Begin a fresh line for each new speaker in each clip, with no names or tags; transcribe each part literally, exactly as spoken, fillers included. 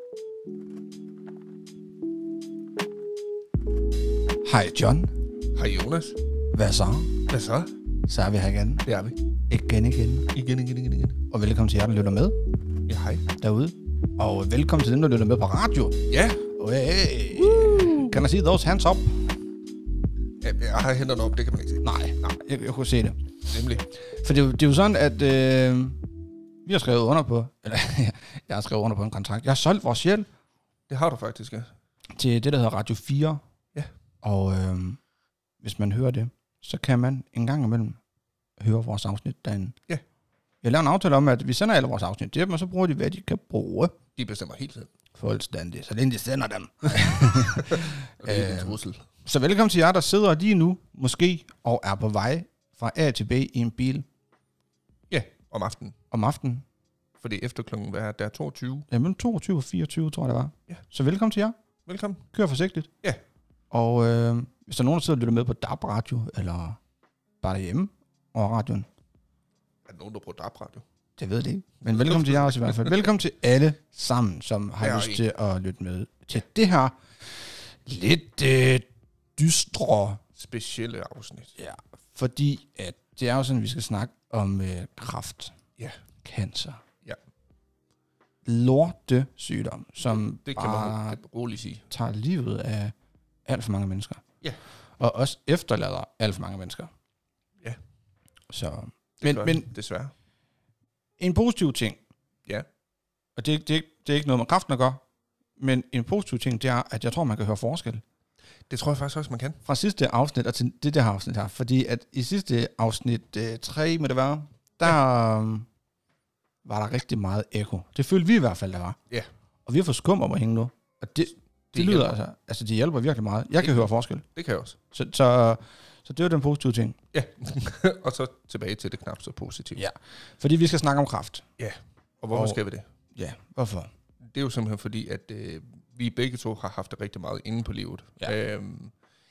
Hej John.
Hej Jonas.
Hvad så?
Hvad så?
Så er vi her igen.
Det er vi.
Igen, igen.
Igen, igen, igen, igen.
Og velkommen til jer, der lytter med
Ja, hej.
derude. Og velkommen til dem, der lytter med på radio.
Ja.
Og hey, kan man sige those hands up?
Ja, jeg har hænderne op, det kan man ikke se.
Nej, nej, jeg, jeg kunne se det.
Nemlig.
For det, er jo- det er jo sådan, at øh, vi har skrevet under på, eller jeg har skrevet under på en kontrakt. Jeg har solgt vores sjæl
Det har du faktisk, ja.
til det, der hedder Radio fire.
Ja.
Og øh, hvis man hører det, så kan man en gang imellem høre vores afsnit derinde.
Ja.
Jeg laver en aftale om, at vi sender alle vores afsnit til dem, og så bruger de, hvad de kan bruge.
De bestemmer helt selv.
Fuldstændig, så længe de sender dem.
Og det er en
Øh,
trussel.
Så velkommen til jer, der sidder lige nu, måske, og er på vej fra A til B i en bil
Ja, om aftenen.
om aftenen.
Fordi efter klokken hvad er der er toogtyve.
Jamen toogtyve og fireogtyve, tror jeg, det var.
Ja.
Så velkommen til jer.
Velkommen.
Kør forsigtigt.
Ja.
Og øh, hvis der er nogen, der sidder og lytter med på D A B-radio, eller bare derhjemme over radioen,
Er der nogen, der bruger D A B-radio?
det ved det ikke. Men velkommen til jer også i hvert fald. Velkommen til alle sammen, som har
Ja,
lyst
en.
til at lytte med til det her lidt øh, dystre.
Specielle afsnit.
Ja, fordi at det er jo sådan, at vi skal snakke om øh, kræft,
Ja.
cancer,
Ja.
lorte sygdom, som
Det kan
bare
man roligt sige.
tager livet af alt for mange mennesker.
Ja.
Og også efterlader alt for mange mennesker.
Ja.
Så,
Det
men,
gør
men
det, desværre.
en positiv ting,
Ja.
og det, det, det er ikke noget med kræften at gøre, men en positiv ting, det er, at jeg tror, man kan høre forskel
Det tror jeg faktisk også, man kan.
fra sidste afsnit og til det der afsnit her. Fordi at i sidste afsnit øh, tre, må det være, der ja. øh, var der rigtig meget ekko. Det følte vi i hvert fald, der var.
Ja.
Og vi har fået skum om at hænge nu. Og det, det, det lyder
hjælper.
altså, altså, det hjælper virkelig meget. Jeg kan høre forskel.
Det kan jeg også.
Så, så, så det er jo den positive ting.
Ja. Og så tilbage til det knap så positivt.
Ja. Fordi vi skal snakke om kræft.
Og hvorfor
Og-
skal vi det?
Ja, hvorfor?
Det er jo simpelthen fordi, at øh, vi begge to har haft det rigtig meget inde på livet.
Ja.
Øhm,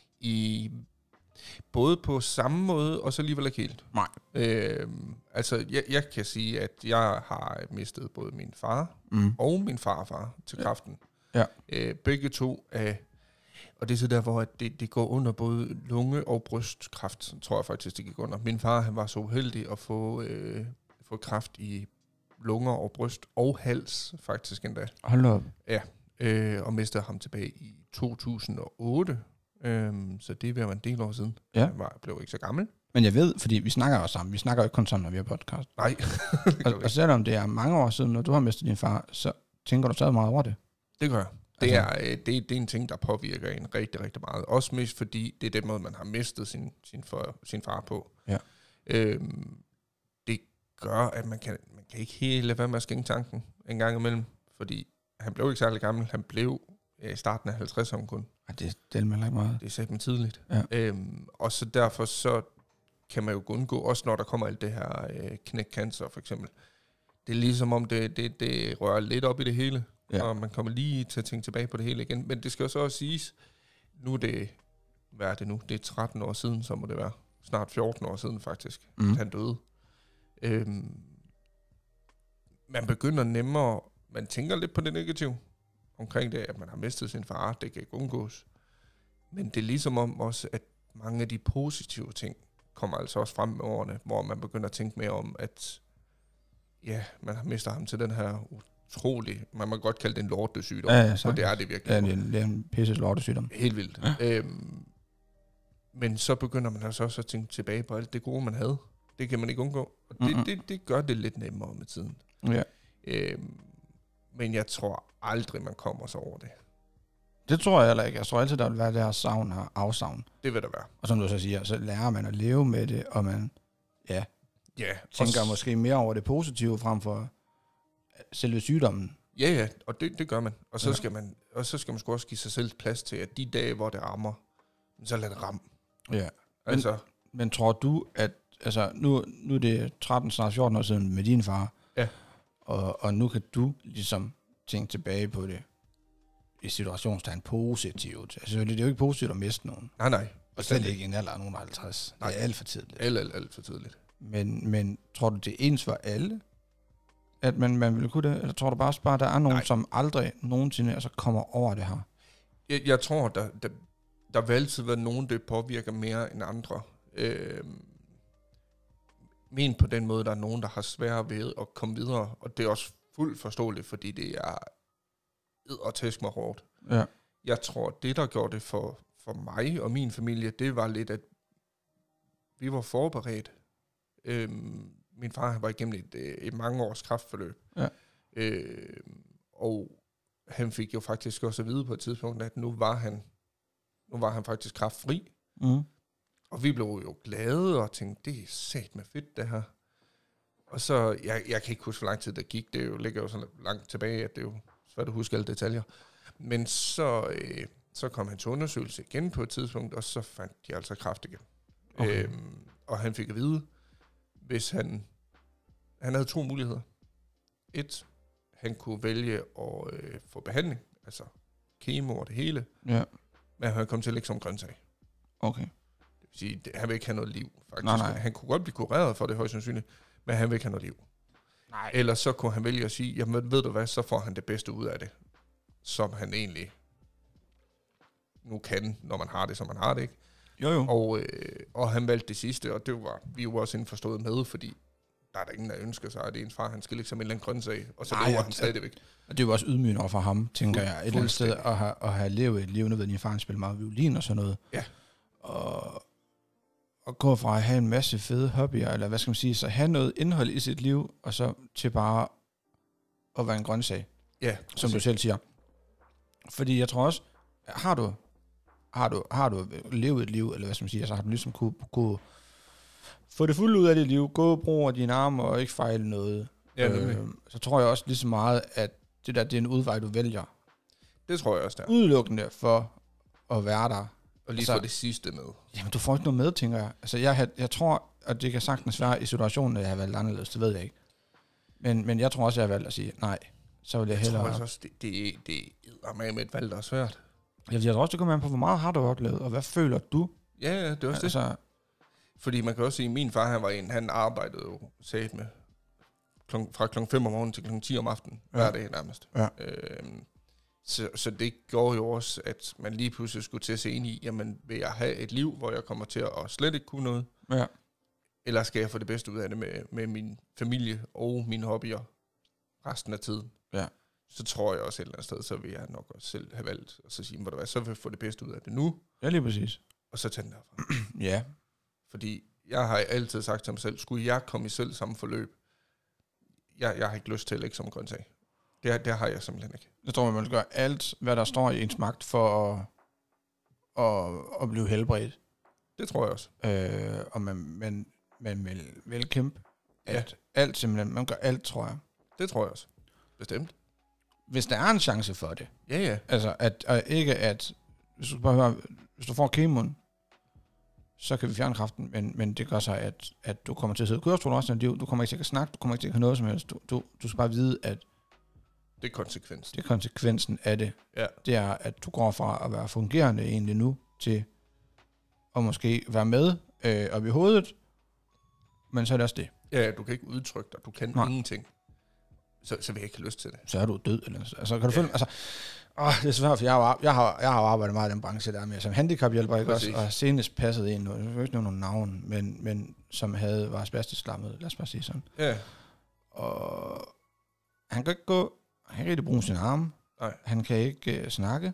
i både på samme måde, og så alligevel ikke helt.
Nej.
Øhm, altså, jeg, jeg kan sige, at jeg har mistet både min far
Mm.
og min farfar til kræften.
Ja.
Øh, begge to af, og det er så der, hvor det, det går under både lunge- og brystkræft, tror jeg faktisk, det gik under. Min far, han var så uheldig at få, øh, få kræft i lunger og bryst og hals, faktisk endda.
Hold op.
Øh, og mistede ham tilbage i to tusind og otte. Øhm, så det er ved at være en del år siden.
Ja.
Jeg var, blev ikke så gammel.
Men jeg ved, fordi vi snakker jo sammen. Vi snakker jo ikke kun sammen, når vi har podcast.
Nej.
Og, og selvom det er mange år siden, når du har mistet din far, så tænker du stadig meget over det.
Det gør jeg. Det
Altså-
er, øh, det, det er en ting, der påvirker en rigtig, rigtig meget. Også mest fordi, det er den måde, man har mistet sin, sin, for, sin far på.
Ja.
Øhm, det gør, at man kan, man kan ikke helt lade være med at skænke tanken en gang imellem. Fordi han blev ikke særlig gammel. Han blev øh, i starten af halvtredserne kun.
Ej, det er mig ikke meget.
Det er sat med tidligt.
Ja.
Øhm, og så derfor så kan man jo undgå, også når der kommer alt det her øh, knækcancer for eksempel. Det er ligesom om, det, det, det rører lidt op i det hele,
Ja.
og man kommer lige til at tænke tilbage på det hele igen. Men det skal jo så også siges, nu er det, hvad er det nu? Det er tretten år siden, så må det være. Snart fjorten år siden faktisk,
Mm.
at han døde. Øhm, man begynder nemmere, man tænker lidt på det negative omkring det, at man har mistet sin far, det kan ikke undgås. Men det er ligesom om også, at mange af de positive ting kommer altså også frem med årene, hvor man begynder at tænke mere om, at ja, man har mistet ham til den her utrolig, man må godt kalde det en lortesygdom,
Ja, ja,
og
sagtens.
det er det virkelig.
Ja, det er en, det er en pisse lortesygdom.
Helt vildt.
Ja.
Øhm, men så begynder man altså også at tænke tilbage på alt det gode, man havde. Det kan man ikke undgå. Og det,
Mm-mm.
det, det gør det lidt nemmere med tiden.
Ja.
Øhm, men jeg tror aldrig, man kommer så over det.
Det tror jeg heller ikke. Jeg tror altid, der vil være det her savn og afsavn.
Det vil der være.
Og som du så siger, så lærer man at leve med det, og man ja,
Ja,
tænker
og,
måske mere over det positive frem for selve sygdommen.
ja, ja, og det, det gør man. Og så,
Ja.
skal man. og så skal man sgu også give sig selv plads til, at de dage, hvor det rammer, så lad det ramme.
Ja.
Altså,
Men tror du, at altså, nu, nu er det tretten, snart fjorten år siden med din far,
Ja.
og, og nu kan du ligesom tænke tilbage på det i situationstegn positivt. Altså, det er jo ikke positivt at miste nogen.
nej, nej.
Og slet ikke i en alder af nogen halvtreds.
Nej.
Det er alt for tidligt.
Alt, alt, alt for tidligt.
Men, men tror du, det er ens for alle? at man, man ville kunne det? Eller tror du bare, bare der er nogen,
Nej.
som aldrig nogensinde altså kommer over det her?
Jeg, jeg tror, der, der, der vil altid være nogen, der påvirker mere end andre. Øh, men på den måde, der er nogen, der har svært ved at komme videre, og det er også fuldt forståeligt, fordi det er og tæsk mig hårdt.
Ja.
Jeg tror, det, der gjorde det for, for mig og min familie, det var lidt, at vi var forberedt. Øhm, min far han var igennem et, et mange års kræftforløb.
Ja.
Øhm, og han fik jo faktisk også at vide på et tidspunkt, at nu var han, nu var han faktisk kræftfri.
Mm.
Og vi blev jo glade og tænkte, det er sat med fedt, det her. Og så, jeg, jeg kan ikke huske, hvor lang tid det gik. Det jo, ligger jo så langt tilbage, at det er jo svært at huske alle detaljer. Men så, øh, så kom han til undersøgelse igen på et tidspunkt, og så fandt de altså kræft igen. Okay. Øhm, og han fik at vide, hvis han, han havde to muligheder. Et, han kunne vælge at øh, få behandling, altså kemo og det hele,
Ja.
men han kom til at ligge som grøntsag.
Okay.
Det vil sige, det, han vil ikke have noget liv, faktisk.
Nej, nej.
Han kunne godt blive kureret for det højst sandsynligt, men han vil ikke have noget liv.
Nej.
Ellers så kunne han vælge at sige, jamen ved du hvad, så får han det bedste ud af det, som han egentlig nu kan, når man har det, som man har det, ikke?
Jo, jo.
Og, øh, og han valgte det sidste, og det var vi jo også indforstået med, fordi der er der ingen, der ønsker sig, at ens far, han skal ligge som en eller anden grøntsag, og så
Nej,
lever
ja,
han stadigvæk.
Og det er jo også ydmygende over for ham, tænker
Fuld,
jeg, et eller andet sted, at have, at have levet et liv, nu ved din far, han spiller meget violin og sådan noget.
Ja.
Og, og gå fra at have en masse fede hobbyer, eller hvad skal man sige, så have noget indhold i sit liv, og så til bare at være en grøntsag,
Ja,
som du selv siger. Fordi jeg tror også, har du, har du, har du levet et liv, eller hvad skal man sige, så har du ligesom kunne, kunne få det fuldt ud af dit liv, gå og bruge dine arme og ikke fejle noget.
Ja, nemlig.
øh, så tror jeg også lige så meget, at det der, det er en udvej, du vælger.
Det tror jeg også, der.
Udelukkende for at være der.
Og lige
altså,
få det sidste med.
Jamen, du får ikke noget med, tænker jeg. Altså, jeg, had, jeg tror, at det kan sagtens være i situationen, at jeg har valgt anderledes, det ved jeg ikke. Men, men jeg tror også, at jeg har valgt at sige, nej, så vil jeg,
Jeg
hellere...
tror altså også, det, det, det er med med et valg, der er svært.
Jeg, jeg tror også, det kommer an på, hvor meget har du oplevet, og hvad føler du?
Ja, ja, det er også
altså,
det. Fordi man kan også sige, at min far, han var en, han arbejdede jo sat med klon, fra klokken fem om morgenen til klokken ti om aftenen, ja. Hver dag nærmest.
Ja.
Øhm, så, så det gjorde jo også, at man lige pludselig skulle til at se ind i, jamen vil jeg have et liv, hvor jeg kommer til at slet ikke kunne noget?
Ja.
Eller skal jeg få det bedste ud af det med, med min familie og mine hobbyer resten af tiden?
Ja.
Så tror jeg også et eller andet sted, så vil jeg nok også selv have valgt, og så sige, hvor du hvad, så vil jeg få det bedste ud af det nu,
Ja, lige præcis.
og så tage den derfra.
Ja.
Fordi jeg har altid sagt til mig selv, skulle jeg komme i selv samme forløb, jeg, jeg har ikke lyst til at ligge som grøntsag. Det, det har jeg simpelthen ikke.
Jeg tror, man vil gøre alt, hvad der står i ens magt for at, at, at blive helbredt.
Det tror jeg også.
Øh, og man, man, man vil, vil kæmpe. At
Ja.
alt simpelthen, man gør alt, tror jeg.
Det tror jeg også. Bestemt.
Hvis der er en chance for det.
Ja, ja.
Altså, at, at ikke at, hvis du bare hører, hvis du får kemoen, så kan vi fjerne kræften, men, men det gør så, at, at du kommer til at sidde i kørestol resten af dit liv, du kommer ikke til at snakke, du kommer ikke til at have noget som helst, du, du, du skal bare vide, at
Det er konsekvensen.
det er konsekvensen af det.
Ja.
Det er, at du går fra at være fungerende egentlig nu, til at måske være med øh, op i hovedet, men så er det også det.
Ja, du kan ikke udtrykke dig, du kan
Nej.
ingenting. Så, så vil jeg ikke have lyst til det.
Så er du død. Eller, altså, kan du
Ja.
føle, altså, åh, det er svært, for jeg har, jeg har, jeg har arbejdet meget i den branche der med, som handicaphjælper, ikke også,
Præcis.
og har senest passet ind, nu, jeg vil ikke nævne nogle navn, men, men som havde, var spastisk lammet, lad os bare sige sådan.
Ja.
Og han kan ikke gå, han kan ikke rigtig bruge sin arme,
Nej.
han kan ikke uh, snakke,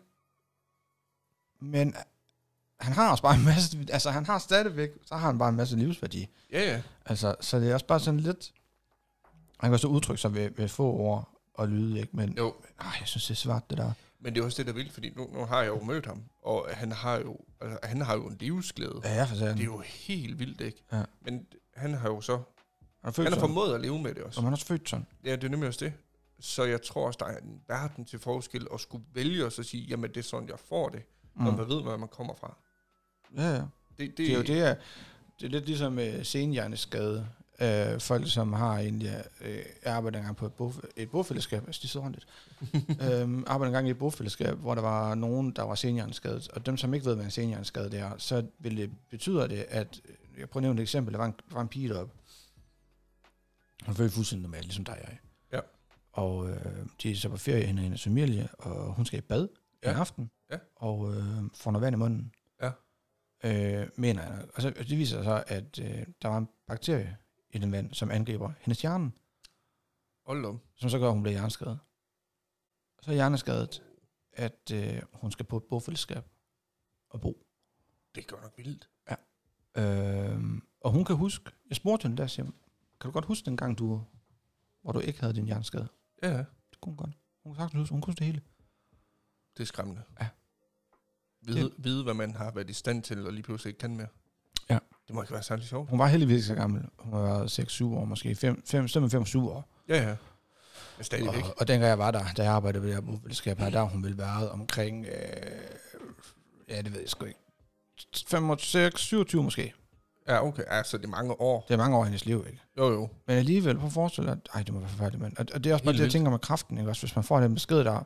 men han har også bare en masse, altså han har stadigvæk, så har han bare en masse livsværdi.
Ja, ja.
Altså, så det er også bare sådan lidt, han kan så udtrykke sig ved, ved få ord og lyde, ikke? Men
Jo.
øh, jeg synes, det er svært, det der.
Men det er også det, der vil, fordi nu, nu har jeg jo mødt ham, og han har jo, altså, han har jo en livsglæde.
Ja, jeg for
Det er jo helt vildt, ikke?
Ja.
Men han har jo så,
Han er født
han har
sådan,
formået at leve med det også.
og man er også født sådan.
Ja, det er nemlig også det. Så jeg tror også, der er en verden til forskel at skulle vælge og så sige, jamen det er sådan, jeg får det, mm. når man ved, hvor man kommer fra.
Ja, ja.
Det, det,
Det er jo det, er, det er lidt ligesom uh, senhjerneskade. Uh, folk, som har egentlig uh, arbejdet engang på et, bo, et bofællesskab, altså de sidder rundt lidt, um, arbejdet engang i et bofællesskab, hvor der var nogen, der var senhjerneskadet, og dem, som ikke ved, hvad en senhjerneskade det er, så vil det betyde det, at, jeg prøver at nævne et eksempel, der var en, der var en pige deroppe, hun følte fuldstændig normalt, ligesom dig og jeg.
Ja.
Og øh, de er så på ferie hende og hendes familie, og hun skal i bad ja. en aften,
ja.
og øh, får noget vand i munden.
Ja.
Øh, mener jeg. Og så, det viser sig så, at øh, der var en bakterie i den vand, som angriber hendes hjerne.
Hold om.
Som så gør, at hun bliver hjerneskadet. Så er hjerneskadet, at øh, hun skal på et bofællesskab og bo.
Det gør nok vildt.
Ja. Øh, og hun kan huske, jeg spurgte hende der, siger, kan du godt huske den gang, du, hvor du ikke havde din hjerneskade?
Ja, ja.
Det kunne hun godt. Hun kunne sagtens huske, hun kunne huske det hele.
Det er skræmmende.
Ja.
Vide, det. vide, hvad man har været i stand til, og lige pludselig ikke kan mere.
Ja.
Det må ikke være særlig sjovt.
Hun var heldigvis så gammel. Hun var seks syv år, måske fem syv år.
Ja, ja. Men stadigvæk.
Og, og dengang jeg var der, da jeg arbejdede ved det her bofællesskab her, der hun ville være omkring, øh, ja, det ved jeg sgu ikke, femogtres, syvogtyve måske.
Ja, okay. Altså, det er mange år.
Det er mange år i hendes liv, ikke?
Jo, jo.
Men alligevel, prøv at forestille dig, at ej, det må være forfærdeligt, mand. Og, og det er også bare
Helt
det, jeg
vildt.
tænker med kraften, ikke også? Hvis man får den besked der,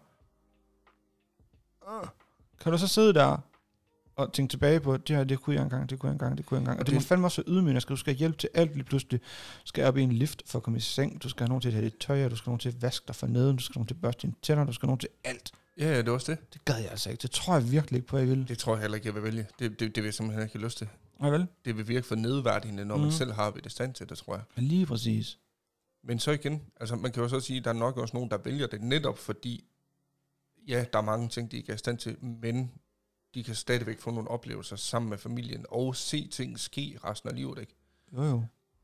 øh, kan du så sidde der og tænke tilbage på, det her, det kunne jeg engang, det kunne jeg engang, det kunne jeg engang. Og, og det, det må fandme også være ydmygende. Skal du skal hjælpe til alt lige pludselig. Du skal op i en lift for at komme i seng. Du skal have nogen til at have dit tøj, og du skal have nogen til at vaske dig for neden. Du skal have nogen til at børste dine tænder. Du skal have nogen til alt.
Ja, ja, det er også det.
Det gad jeg altså ikke. Det tror jeg virkelig ikke på, jeg vil.
Det tror jeg heller ikke, jeg vil vælge. Det, det, det vil jeg simpelthen ikke have lyst til.
Nej, vel?
Det vil virke for nedværdigende, når mm. man selv har været i stand til det, tror jeg.
Men lige præcis.
Men så igen, altså man kan jo så sige, at der er nok også nogen, der vælger det netop fordi, ja, der er mange ting, de ikke er i stand til, men de kan stadigvæk få nogle oplevelser sammen med familien, og se ting ske resten af livet, ikke?
Jo, jo.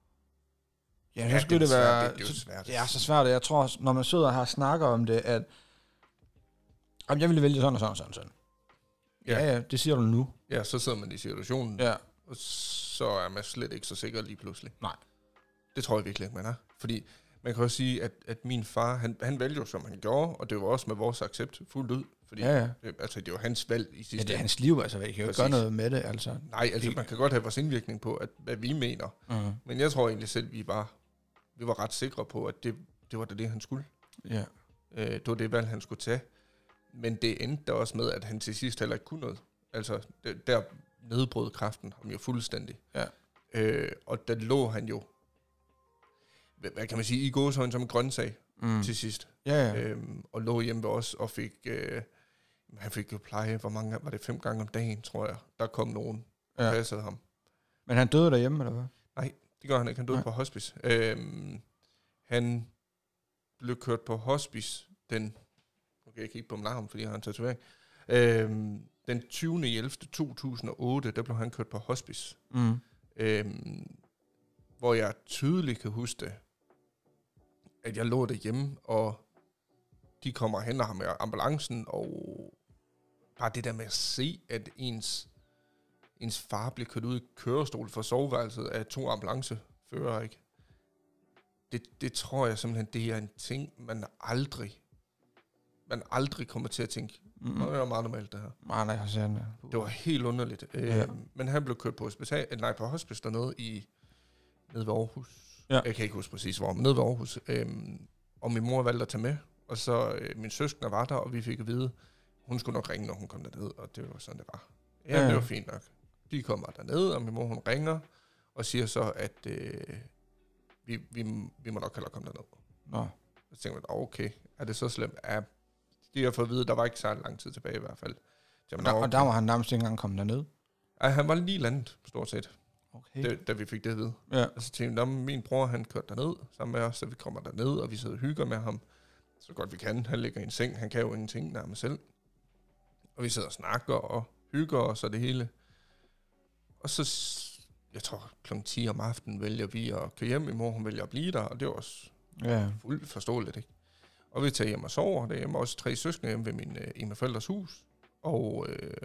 Ja,
Ja,
så skulle det,
det er
være...
svært, det, det er jo svært.
Det er så svært, og jeg tror også, når man sidder her og snakker om det, at jamen, jeg ville vælge sådan og sådan og sådan og sådan. Ja. ja, ja, det siger du nu.
Ja, så sidder man i situationen,
ja.
Og så er man slet ikke så sikker lige pludselig.
Nej.
Det tror jeg virkelig ikke, man er. Fordi man kan også sige, at, at min far, han, han valgte jo, som han gjorde, og det var også med vores accept fuldt ud. Fordi
ja, ja.
Det, altså, det var hans valg i sidste.
Ja, det er hans liv, altså. Jeg kan jo ikke gøre noget med det, altså.
Nej, altså, man kan godt have vores indvirkning på, at, hvad vi mener. Uh-huh. Men jeg tror egentlig selv, vi var, vi var ret sikre på, at det, det var det, det, han skulle.
Ja.
Øh, det var det valg, han skulle tage. Men det endte da også med, at han til sidst heller ikke kunne noget. Altså, det, der nedbrød kræften ham jo fuldstændig.
Ja.
Øh, og der lå han jo, hvad, hvad kan man sige, i gåsøjne som en grøntsag mm. til sidst.
Ja, ja.
Øhm, og lå hjemme ved os og fik, øh, han fik jo pleje, hvor mange, var det fem gange om dagen, tror jeg. Der kom nogen og ja. passede ham.
Men han døde derhjemme, eller hvad?
Nej, det gør han ikke. Han døde Nej. på hospice. Øhm, han blev kørt på hospice den, okay, jeg kan ikke på ham, fordi han har en tatovering. Øhm, den tyvende ellevte to tusind og otte, der blev han kørt på hospice.
Mm.
Øhm, hvor jeg tydeligt kan huske det, at jeg lå derhjemme, og de kommer hen og har med ambulancen, og bare det der med at se, at ens, ens far bliver kørt ud i kørestol for soveværelset af to ambulanceførere, ikke? Det, det tror jeg simpelthen, det er en ting, man aldrig, man aldrig kommer til at tænke, mm. det er meget normalt, det her.
Nej, nej, jeg det.
Det var helt underligt. Ja. Øh, men han blev kørt på hospital, nej, på hospice dernede i, nede ved Aarhus. Ja. Jeg kan ikke huske præcis hvor, men nede ved Aarhus. Øhm, og min mor valgte at tage med, og så øh, min søskende var der, og vi fik at vide, hun skulle nok ringe, når hun kom derned, og det var sådan, det var. Ja, ja. Det var fint nok. De kommer derned, og min mor, hun ringer, og siger så, at øh, vi, vi, vi må nok hellere komme derned.
Nå.
Så tænkte jeg, okay, er det så slemt? Ja, de har fået at vide, der var ikke så lang tid tilbage i hvert fald.
Jamen, og, okay. og der var han nærmest ikke engang kommet derned?
Ej, han var lige landet, stort set.
Okay.
Da, da vi fik det at vide.
Ja.
Og så tænkte jeg, min bror, han kørte derned sammen med os, så vi kommer derned, og vi sidder og hygger med ham, så godt vi kan. Han ligger i en seng, han kan jo ingenting nærmest selv. Og vi sidder og snakker og hygger os og det hele. Og så, jeg tror, klokken ti om aftenen vælger vi at køre hjem. Min mor, hun vælger at blive der, og det var også ja. fuldt forståeligt, ikke? Og vi tager hjem og sover. Der er hjemme også tre søskende hjemme ved min, øh, mine forældres hus. Og øh,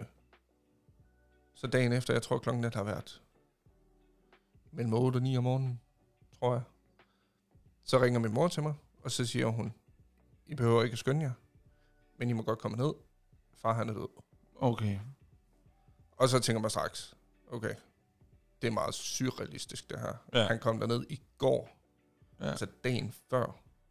så dagen efter, jeg tror klokken net har været mellem otte og ni om morgenen, tror jeg. Så ringer min mor til mig, og så siger hun, I behøver ikke at skynde jer, men I må godt komme ned. Far, han er død.
Okay.
Og så tænker man straks, okay, det er meget surrealistisk det her. Ja. Han kom derned i går, ja. altså dagen før.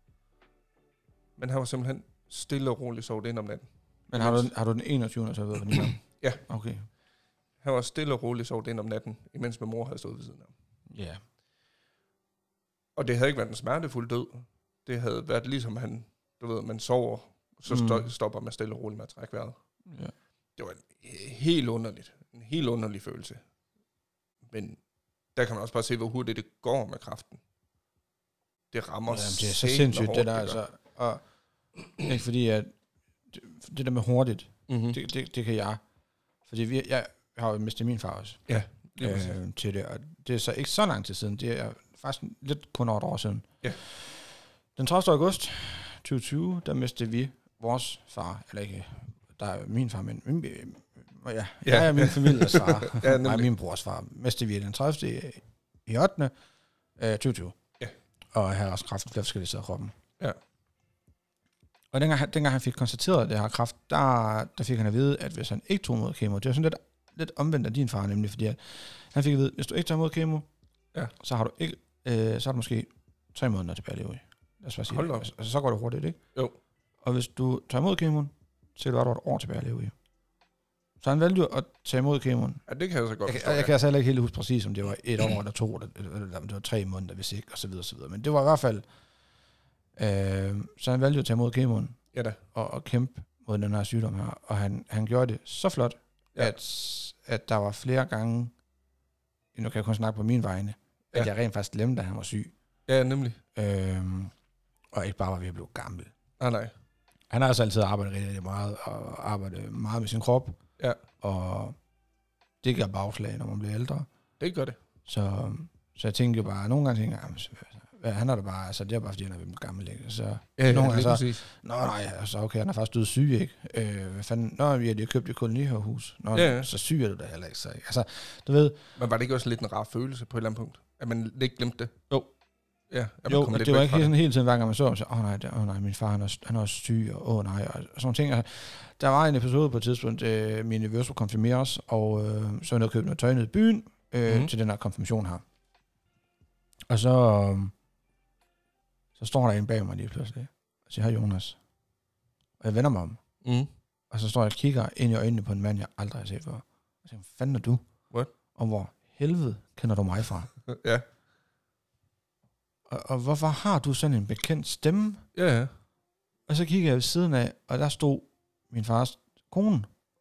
Men han var simpelthen stille og roligt sovet ind om natten.
Men har du, har du den enogtyvende så ved jeg,
ja.
Okay.
Han var stille og roligt sovet ind om natten, imens min mor havde stået ved siden af ham.
Ja. Yeah.
Og det havde ikke været en smertefuld død. Det havde været ligesom han du ved, man sover, så
Mm.
sto- stopper man stille og roligt med at trække vejret.
Ja.
Det var en, helt underligt. En helt underlig følelse. Men der kan man også bare se, hvor hurtigt det går med kraften. Det rammer
Jamen, det er så
satme
sindssygt,
hårdt,
det der,
gør.
altså. Og, ikke fordi, at det, det der med hurtigt,
Mm-hmm.
det, det, det kan jeg. Fordi vi, jeg har jo mistet min far også
Ja, lige præcis.
øh, til det, og det er så ikke så lang tid siden, det er faktisk lidt kun over et år siden.
Ja.
Den tredivte august tyve tyve, der mistede vi vores far, eller ikke, der er min far, men min, ja,
Ja.
jeg er min families far,
Ja,
ja,
nemlig.
mig min brors far, mistede vi den tredivte i ottende Øh, tyve tyve.
Ja.
Og han har også kræft flere forskellige steder i kroppen.
Ja.
Og dengang, han- dengang han fik konstateret det her kræft, der, der fik han at vide, at hvis han ikke tog imod kemo, det er sådan lidt, lidt omvendt af din far nemlig, fordi at han fik at vide, hvis du ikke tager imod kemo,
Ja.
så har du ikke, øh, så har du måske tre måneder tilbage at leve i. Lad os bare sige
Hold
det.
da op.
Altså, så går det hurtigt, ikke?
Jo.
Og hvis du tager imod kemoen, så kan du have et år tilbage at leve i. Så han valgte jo at tage imod kemoen.
Ja, det kan jeg så godt
Jeg,
forstå.
jeg, jeg kan altså heller ikke helt huske præcis, om det var et år eller to, eller, eller, eller om det var tre måneder, hvis ikke, og så videre, og så videre. Men det var i hvert fald, øh, så han valgte jo at tage imod kemoen,
Ja da.
og, og kæmpe mod den her sygdom her. Og han, han gjorde det så flot,
Ja.
ja. at, at der var flere gange, nu kan jeg kun snakke på min vegne, at
Ja.
jeg rent faktisk glemte, at han var syg.
Ja, nemlig.
Øhm, og ikke bare var ved at blive gammel.
Ah, nej.
Han har også altid arbejdet rigtig, rigtig meget, og arbejdet meget med sin krop.
Ja.
Og det giver bagslag, når man bliver ældre.
Det gør det.
Så, så jeg tænkte jo bare, nogle gange tænker jeg, "Jamen, hvad, han er da bare, altså det er bare fordi, han er blevet gammel, ikke?" Så,
Ja, ja,
Nogle
lige
gange så-
præcis.
nå nej, altså okay, han er faktisk død syg, ikke? Øh, hvad fanden, nå, vi har lige købt et kolonihavehus. Nå,
Ja, ja.
så syg er du da heller ikke, så ikke? Altså, du ved,
Men var det ikke også lidt en rar følelse på et eller andet punkt? At man lidt glemte det?
Jo.
Ja, at man
jo,
kom
og
lidt
det var
væk
ikke
fra
sådan hele tiden, hver gang man så, så åh oh, nej, det, oh, nej, min far, han er, han er også syg, og åh oh, nej, og sådan nogle ting. Altså, der var en episode på et tidspunkt, øh, min nevø skulle konfirmeres, og øh, så var jeg købt noget tøj nede i byen, øh,
Mhm.
mm. til den her konfirmation her. Og så, øh, så står der en bag mig lige pludselig, og siger, hej Jonas. Og jeg vender mig om,
Mm.
og så står jeg og kigger ind i øjnene på en mand, jeg aldrig har set før. Og jeg siger, hvad fanden er du?
What?
Og hvor helvede kender du mig fra?
Ja.
Og, og hvorfor har du sådan en bekendt stemme?
Ja, ja.
Og så kigger jeg ved siden af, og der stod min fars kone.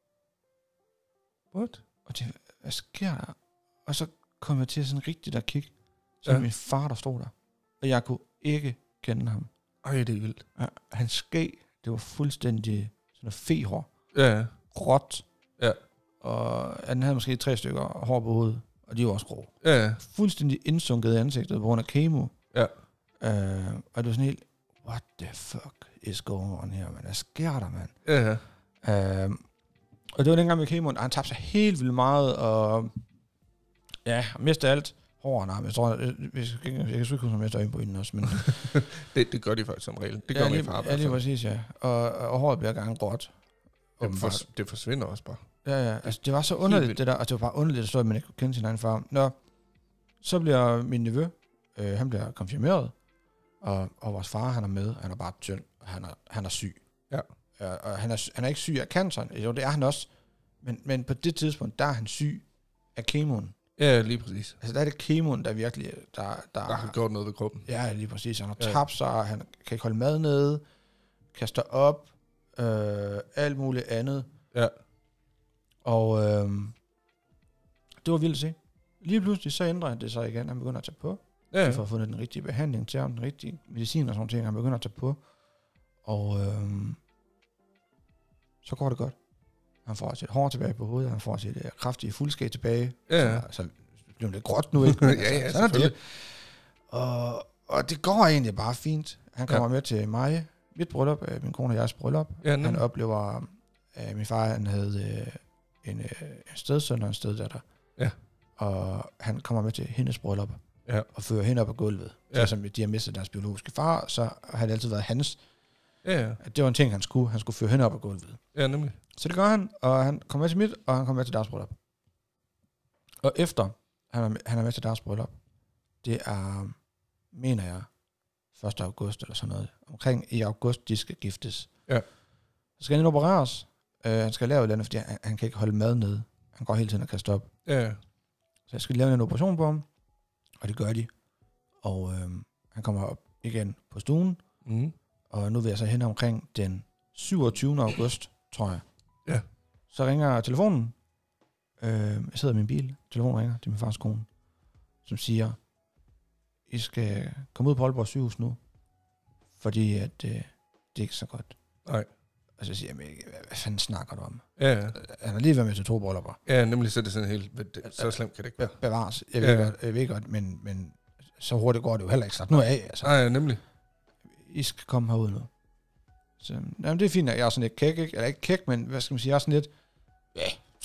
What?
Og det, hvad sker der? Og så kom jeg til sådan rigtigt at kigge. Så
Ja.
ja. min far, der stod der. Og jeg kunne ikke kende ham.
Ej, det er vildt.
Og hans skæg, det var fuldstændig sådan noget fehår.
Ja, ja.
Gråt.
Ja.
Og han havde måske tre stykker hår på hovedet. Og de var også grå.
Ja, ja.
Fuldstændig indsunket i ansigtet på grund af kemo.
Ja.
Øh, og det var sådan helt, what the fuck is going on her, man? Hvad sker der, mand?
Ja, ja.
Øh, og det var dengang med kemoen, og han tabte sig helt vildt meget, og ja, mistede alt. Hårene, jeg tror, jeg, jeg, jeg, jeg kan ikke huske, om jeg mister øjenbrynene også, men
Det, det gør de faktisk som regel. Det gør
ja,
min
lige,
far. i
ja,
hvert
lige
fald.
præcis, ja. Og, og håret bliver gang gråt.
Jamen,
Åbenbart.
for, det forsvinder også bare.
Ja, ja, altså det var så
Helt
underligt,
vildt.
det der, og det var bare underligt at stå, at man ikke kunne kende sin egen far. Nå, så bliver min nevø, øh, han bliver konfirmeret, og, og vores far, han er med, han er bare tynd, og han er, han er syg.
Ja.
Øh, og han er, han er ikke syg af canceren, jo, det er han også, men, men på det tidspunkt, der er han syg af kemoen.
Ja, lige præcis.
Altså der er det kemoen, der virkelig, der, der,
Der har gjort noget ved kroppen.
ja, lige præcis, han har
Ja.
tabt sig, han kan ikke holde mad nede, kaster op, øh, alt muligt andet.
Ja.
Og øh, det var vildt at se. Lige pludselig så ændrer det sig igen. Han begynder at tage på.
Ja,
Ja.
ja.
For at få den rigtige behandling til ham, den rigtige medicin og sådan ting. Han begynder at tage på. Og øh, så går det godt. Han får sit hår tilbage på hovedet. Han får sit øh, kraftige fuldskæg tilbage.
Ja, ja.
Så, så det bliver lidt gråt nu, ikke? Men,
Ja, ja,
sådan er det.
selvfølgelig.
Og, og det går egentlig bare fint. Han kommer ja. med til mig. Mit bryllup, øh, min kone og jeres bryllup.
Ja,
Han
nemlig.
oplever, at øh, min far han havde øh, en, øh, en stedsøn og en steddatter.
Ja.
Og han kommer med til hendes bryllup.
Ja.
Og fører hende op på gulvet.
Ja.
Ja. Som de har mistet deres biologiske far, så har det altid været hans.
Ja, ja.
At det var en ting, han skulle. Han skulle føre hende op på gulvet.
Ja, nemlig.
Så det gør han, og han kommer med til mit, og han kommer med til deres bryllup. Og efter han er med, han er med til deres bryllup, det er, mener jeg, første august eller sådan noget. Omkring i august, de skal giftes.
Ja.
Så skal han ind og opereres. Uh, han skal lave et eller andet, fordi han, han kan ikke holde mad nede. Han går hele tiden og kaster op.
Ja, ja.
Så jeg skal lave en operation på ham, og det gør de. Og øh, han kommer op igen på stuen,
Mm.
Og nu vil jeg så hen omkring den syvogtyvende august, tror jeg.
Ja.
Så ringer telefonen. Øh, jeg sidder i min bil. Telefonen ringer. Det er min fars kone. Som siger, I skal komme ud på Aalborg sygehus nu. Fordi at øh, det er ikke så godt.
Nej.
Og så siger jeg, hvad, hvad fanden snakker du om?
Ja, ja.
Han har lige været med til to bryllupper.
Ja, nemlig så er det sådan helt, så slemt kan det ikke være.
Bevares. Jeg ved, ja. godt, jeg ved godt, men, men så hurtigt går det jo heller ikke. Slap nu af. Altså.
Nej, ja, nemlig.
I skal komme herud nu. Så, jamen, det er fint, at jeg er sådan lidt kæk, ikke? Eller ikke kæk, men hvad skal man sige, jeg er sådan lidt, ja,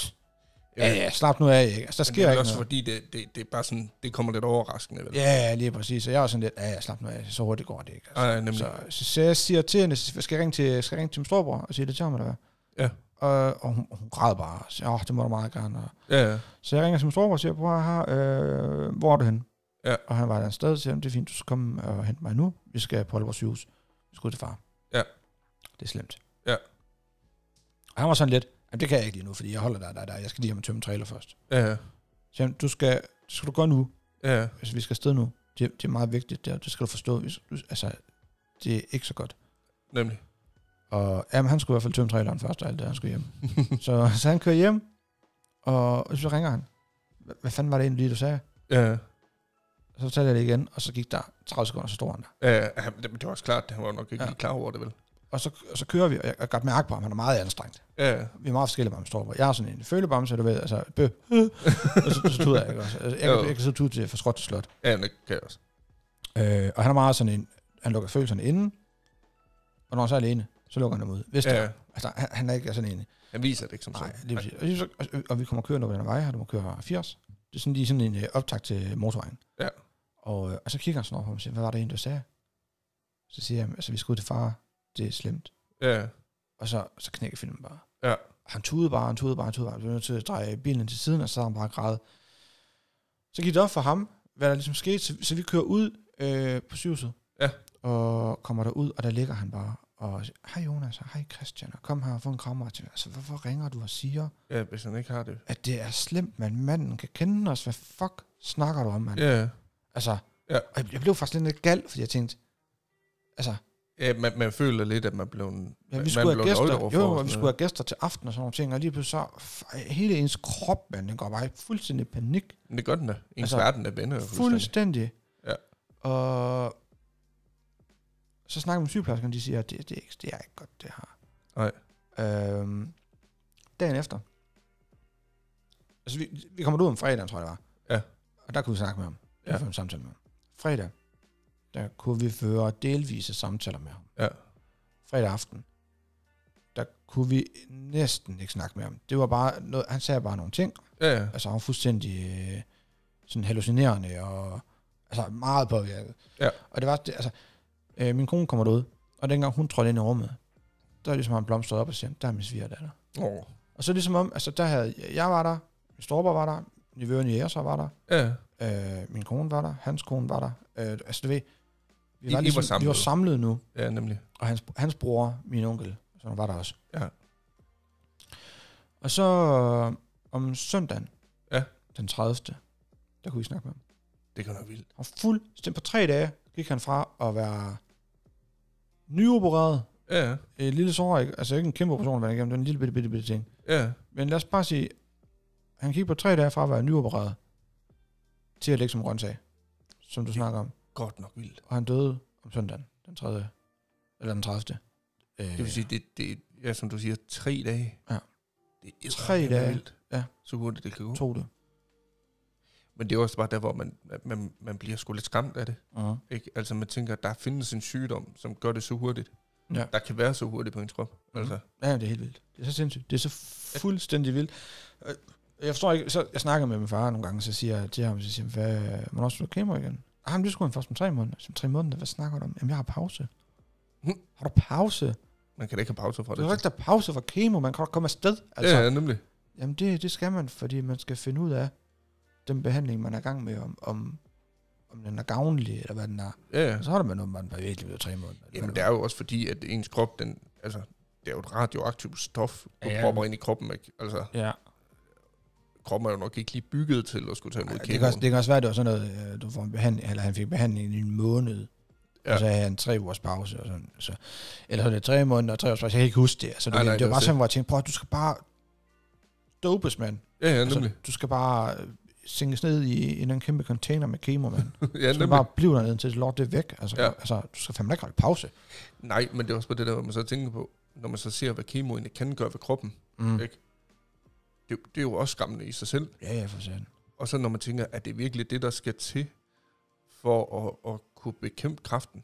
ja, ja slap nu af, ikke? Altså, der sker
det er
ikke
også
noget.
Fordi det, det, det er bare sådan, det kommer lidt overraskende, vel?
Ja, lige præcis. Så jeg er sådan lidt, ja, ja, slap nu af, så hurtigt går det ikke. Altså.
Ej, nemlig.
Så, så, så jeg siger til hende, skal jeg ringe til, skal jeg ringe til min storebror og sige det til ham, eller hvad?
Ja.
Og, og hun, hun græd bare, og siger, åh, det må du meget gerne. Og,
Ja, ja.
så jeg ringer til min storebror og siger, prøv her, øh, hvor er du henne?
Ja.
Og han var et andet sted, og siger, det er fint, du skal komme og hente mig nu. Vi skal på Aalborg sygehus. Vi skal ud til far.
Ja.
Det er slemt.
Ja.
Og han var sådan lidt, det kan jeg ikke lige nu, fordi jeg holder der, der, der. Jeg skal lige have med tømme trailer først.
Ja, ja.
Så jamen, du skal, det skal du gøre nu.
Ja, ja.
Altså, vi skal afsted nu. Det, det er meget vigtigt, det, det skal du forstå. Vi, du, altså, det er ikke så godt.
Nemlig.
Og jamen, han skulle i hvert fald tømme traileren først, og alt det, han skulle hjem. så, så han kører hjem, og, og så ringer han. Hvad, hvad fanden var det egentlig lige, du sagde?
Ja, ja.
Så fortalte jeg det igen, og så gik der tredive sekunder, så stod han der.
Ja, ja. Det, det var også klart, han var nok ikke ja. lige klar over det, vel?
Og så, og så kører vi, og jeg har godt mærke på ham, han er meget anstrengt.
Ja, ja.
Vi er meget forskellige, hvor står. Jeg har sådan en følebamse, du ved, altså, bø, og så, så tuder jeg, ikke også? Altså, jeg, kan, jeg kan så tude til for skråt til slot.
Ja, det kan jeg også.
Øh, og han er meget sådan en, han lukker følelserne inden, og når han så er alene, så lukker han dem ud. Hvis
Ja, ja.
der, altså, han, han er ikke sådan en.
Han viser det ikke som
Nej,
sådan.
lige præcis. Og, lige så, og, og vi kommer kørende over den vej her, du må køre firs. Det er sådan lige sådan en øh, optakt til motorvejen.
Ja.
Og, øh, og så kigger han sådan over på mig og siger, hvad var det egentlig, du sagde? Så siger jeg, altså vi skal ud til far, det er slemt.
Ja.
Og så, så knækker filmen bare.
Ja.
Han tudede bare, han tudede bare, han tudede bare. Vi var nødt til at dreje bilen til siden, og så sad han bare og græd. Så gik det op for ham, hvad der ligesom skete, så, så vi kører ud øh, på sygehuset.
Ja.
Og kommer derud, og der ligger han bare. Og siger, hej Jonas, hej Christian, og kom her og få en krammer. Altså, hvorfor ringer du og siger,
Ja, hvis han ikke har det.
at det er slemt, man manden kan kende os. Hvad fuck snakker du om, mand?
Ja.
Altså,
Ja.
og jeg, jeg blev faktisk lidt gal, fordi jeg tænkte, altså,
Ja, man, man føler lidt, at man blev en,
ja, vi
man
skulle have gæster,
jo,
jo, og vi skulle have gæster til aften og sådan nogle ting, og lige pludselig så, f- hele ens krop, man, den går bare i fuldstændig panik.
Men det gør den da. Ens
Altså,
verden er venner.
Fuldstændig.
Ja.
Og så snakker vi med sygeplejerskerne, de siger, at det, det, er ikke, det er ikke godt, det her.
Nej.
Øhm, dagen efter, altså vi, vi kommer ud om fredagen, tror jeg det var.
Ja.
Og der kunne vi snakke med ham.
Ja.
Ja. Få en samtale med ham. Fredag, der kunne vi føre delvise samtaler med ham.
Ja.
Fredag aften, der kunne vi næsten ikke snakke med ham. Det var bare noget, han sagde bare nogle ting.
Ja, ja.
Altså han var fuldstændig øh, sådan hallucinerende og altså meget påvirket.
Ja.
Og det var, det, altså, øh, min kone kommer derud, og dengang hun trådte ind i rummet, der er ligesom han blomstrede op og siger, der er min svigerdatter.
Oh.
Og så ligesom om, altså der havde, jeg var der, min storebror var der, nivøen i Jægerser var der,
Ja.
øh, min kone var der, hans kone var der, øh, altså du ved, vi
I-
var,
I
ligesom,
var samlet.
vi var samlet nu,
Ja, nemlig.
og hans, hans bror, min onkel, som var der også.
Ja.
Og så øh, om søndagen,
Ja.
den tredivte, der kunne vi snakke med ham.
Det kan være vildt.
Og fuldstændig på tre dage gik han fra at være nyopereret,
Ja,
et lille sår, ikke? Altså ikke en kæmpe operation, men det var en lille bitte, bitte, bitte ting.
ja.
Men lad os bare sige, han gik på tre dage fra at være nyopereret, til at ligge som grøntsag, som du snakker om.
Godt nok vildt.
Og han døde om søndagen, den tredje, eller den tredivte. Øh,
Det vil sige, det, det ja, som du siger, tre dage.
Ja.
Det er
Tre
eddermame
dage.
vildt.
Ja.
Så hurtigt det kan gå.
tog det.
Men det er også bare der, hvor man, man, man bliver sgu lidt skræmt af det.
Uh-huh.
Ikke? Altså man tænker, at der findes en sygdom, som gør det så hurtigt.
Ja.
Der kan være så hurtigt på en krop.
Mhm.
Altså.
Ja, det er helt vildt. Det er så sindssygt. Det er så fuldstændig vildt. Øh, Jeg forstår ikke, så jeg snakker med min far nogle gange, så siger jeg til ham, så siger jeg, hvad, hvornår skal du kemo igen? Ah, men det skulle han først om tre måneder. Som tre måneder, hvad snakker du om? Jamen, jeg har pause.
Hm.
Har du pause?
Man kan da ikke have pause fra
Du
det.
har ikke der pause fra kemo, man kan godt komme afsted. Altså,
Ja, ja, nemlig.
Jamen, det, det skal man, fordi man skal finde ud af den behandling, man er i gang med, om, om, om den er gavnlig, eller hvad den er.
Ja, ja.
Og så har man noget, man bare virkelig ved tre måneder.
Jamen, det er jo også fordi, at ens krop, den, altså, det er jo et radioaktivt stof, du
Ja.
propper ind i kroppen. Ikke? Altså,
Ja.
kroppen er jo nok ikke lige bygget til at skulle tage imod
Det
kemo.
kan, også, det kan også være, at det var sådan noget, øh, du får en behandling, eller han fik behandling i en måned. Ja. Og så havde han tre ugers pause. Og sådan, så, eller så det tre måneder og tre ugers pause. Jeg kan ikke huske det. Altså, nej, det, nej, det var bare sådan, hvor jeg tænkte, prøv, du skal bare dopes, mand.
Ja, ja, nemlig.
Altså, du skal bare sænkes ned i, i en kæmpe container med kemo, mand.
ja,
du skal
nemlig.
bare blive dernede, til lort det er væk. Altså,
ja.
altså, du skal fandme ikke holde pause.
Nej, men det er også på det der, hvor man så tænker på, når man så ser, hvad kemo egentlig kan gøre ved kroppen. Mm. Ikke? Det, det er jo også skræmmende i sig selv.
Ja, ja, for sådan.
Og så når man tænker, at det er virkelig det, der skal til, for at, at kunne bekæmpe kræften,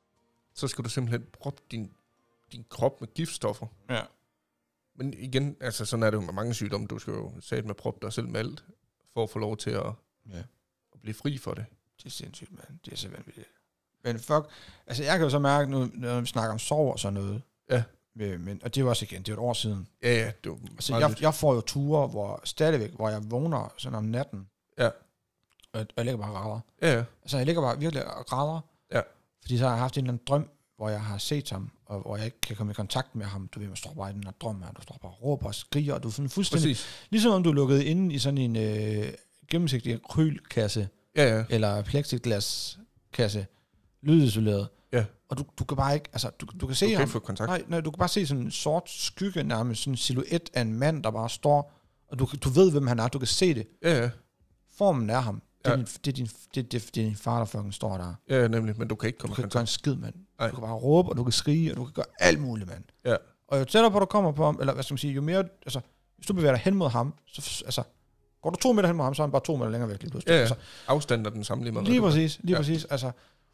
så skal du simpelthen proppe din, din krop med giftstoffer.
Ja.
Men igen, altså sådan er det jo med mange sygdomme. Du skal jo sætte med proppe dig selv med alt, for at få lov til at,
ja.
at blive fri for det.
Det er sindssygt, mand. Det er så vanvittigt. Men fuck, altså jeg kan jo så mærke nu, når vi snakker om sorg og sådan noget.
Ja.
Men, og det er jo også igen, det er et år siden.
Ja, ja. Det var
altså jeg, jeg får jo ture, hvor stadigvæk, hvor jeg vågner sådan om natten.
Ja.
Og jeg ligger bare og græder.
Ja, ja.
Altså jeg ligger bare virkelig og græder.
Ja.
Fordi så har jeg haft en eller anden drøm, hvor jeg har set ham, og hvor jeg ikke kan komme i kontakt med ham. Du ved, man står bare i den her drøm her, du står bare og råber og skriger, og du er sådan fuldstændig... Præcis. Ligesom om du er lukket inde i sådan en øh, gennemsigtig akrylkasse,
ja, ja.
eller plexiglaskasse, lydisoleret.
Ja.
Og du, du kan bare ikke, altså, du, du kan se
du kan
ham.
få kontakt.
Nej, nej, du kan bare se sådan en sort skygge nærmest, sådan en silhuet af en mand, der bare står, og du, du ved, hvem han er, du kan se det.
Ja, ja.
Formen er ham. Det er,
ja.
din, det, er din, det, det, det er din far, der fucking står der.
Ja, nemlig, men du kan ikke komme
Du kan
kontakt.
gøre en skid, mand.
Nej.
Du kan bare råbe, og du kan skrige, og du kan gøre alt muligt, mand.
Ja.
Og jo tættere på, du kommer på ham, eller hvad skal man sige, jo mere, altså, hvis du bevæger dig hen mod ham, så, altså, går du to meter hen mod ham, så er han bare to meter længere væk lige pludselig.
Ja, ja.
Altså,
afstanden er den samme lige meget.
Lige præcis, lige
ja.
præcis, altså.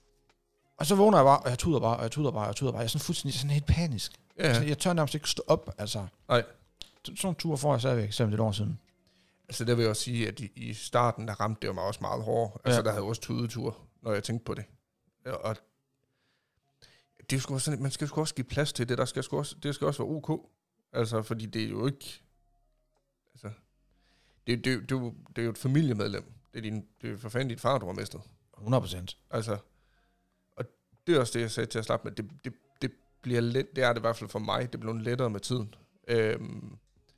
Og så vågner jeg bare, og jeg tuder bare, og jeg tuder bare, og jeg tuder bare. Jeg er sådan fuldstændig sådan helt panisk.
Ja.
Altså, jeg tør nærmest ikke stå op, altså.
Nej.
Sådan nogle ture får jeg stadigvæk, selvom det er et år siden.
Altså der vil jeg også sige, at i, i starten, der ramte det jo mig også meget hårdt. Altså ja. Der havde også tudetur, når jeg tænkte på det. Og det er sgu også sådan, man skal sgu også give plads til det, der skal sgu også, det skal også være ok. Altså, fordi det er jo ikke, altså, det, det, det, det er jo et familiemedlem. Det er, din, det er for fanden dit far, du har mistet.
hundrede procent.
Altså, og det er også det, jeg sagde til at slappe med. Det, det, det bliver let, det er det i hvert fald for mig, det bliver lettere med tiden. Øhm,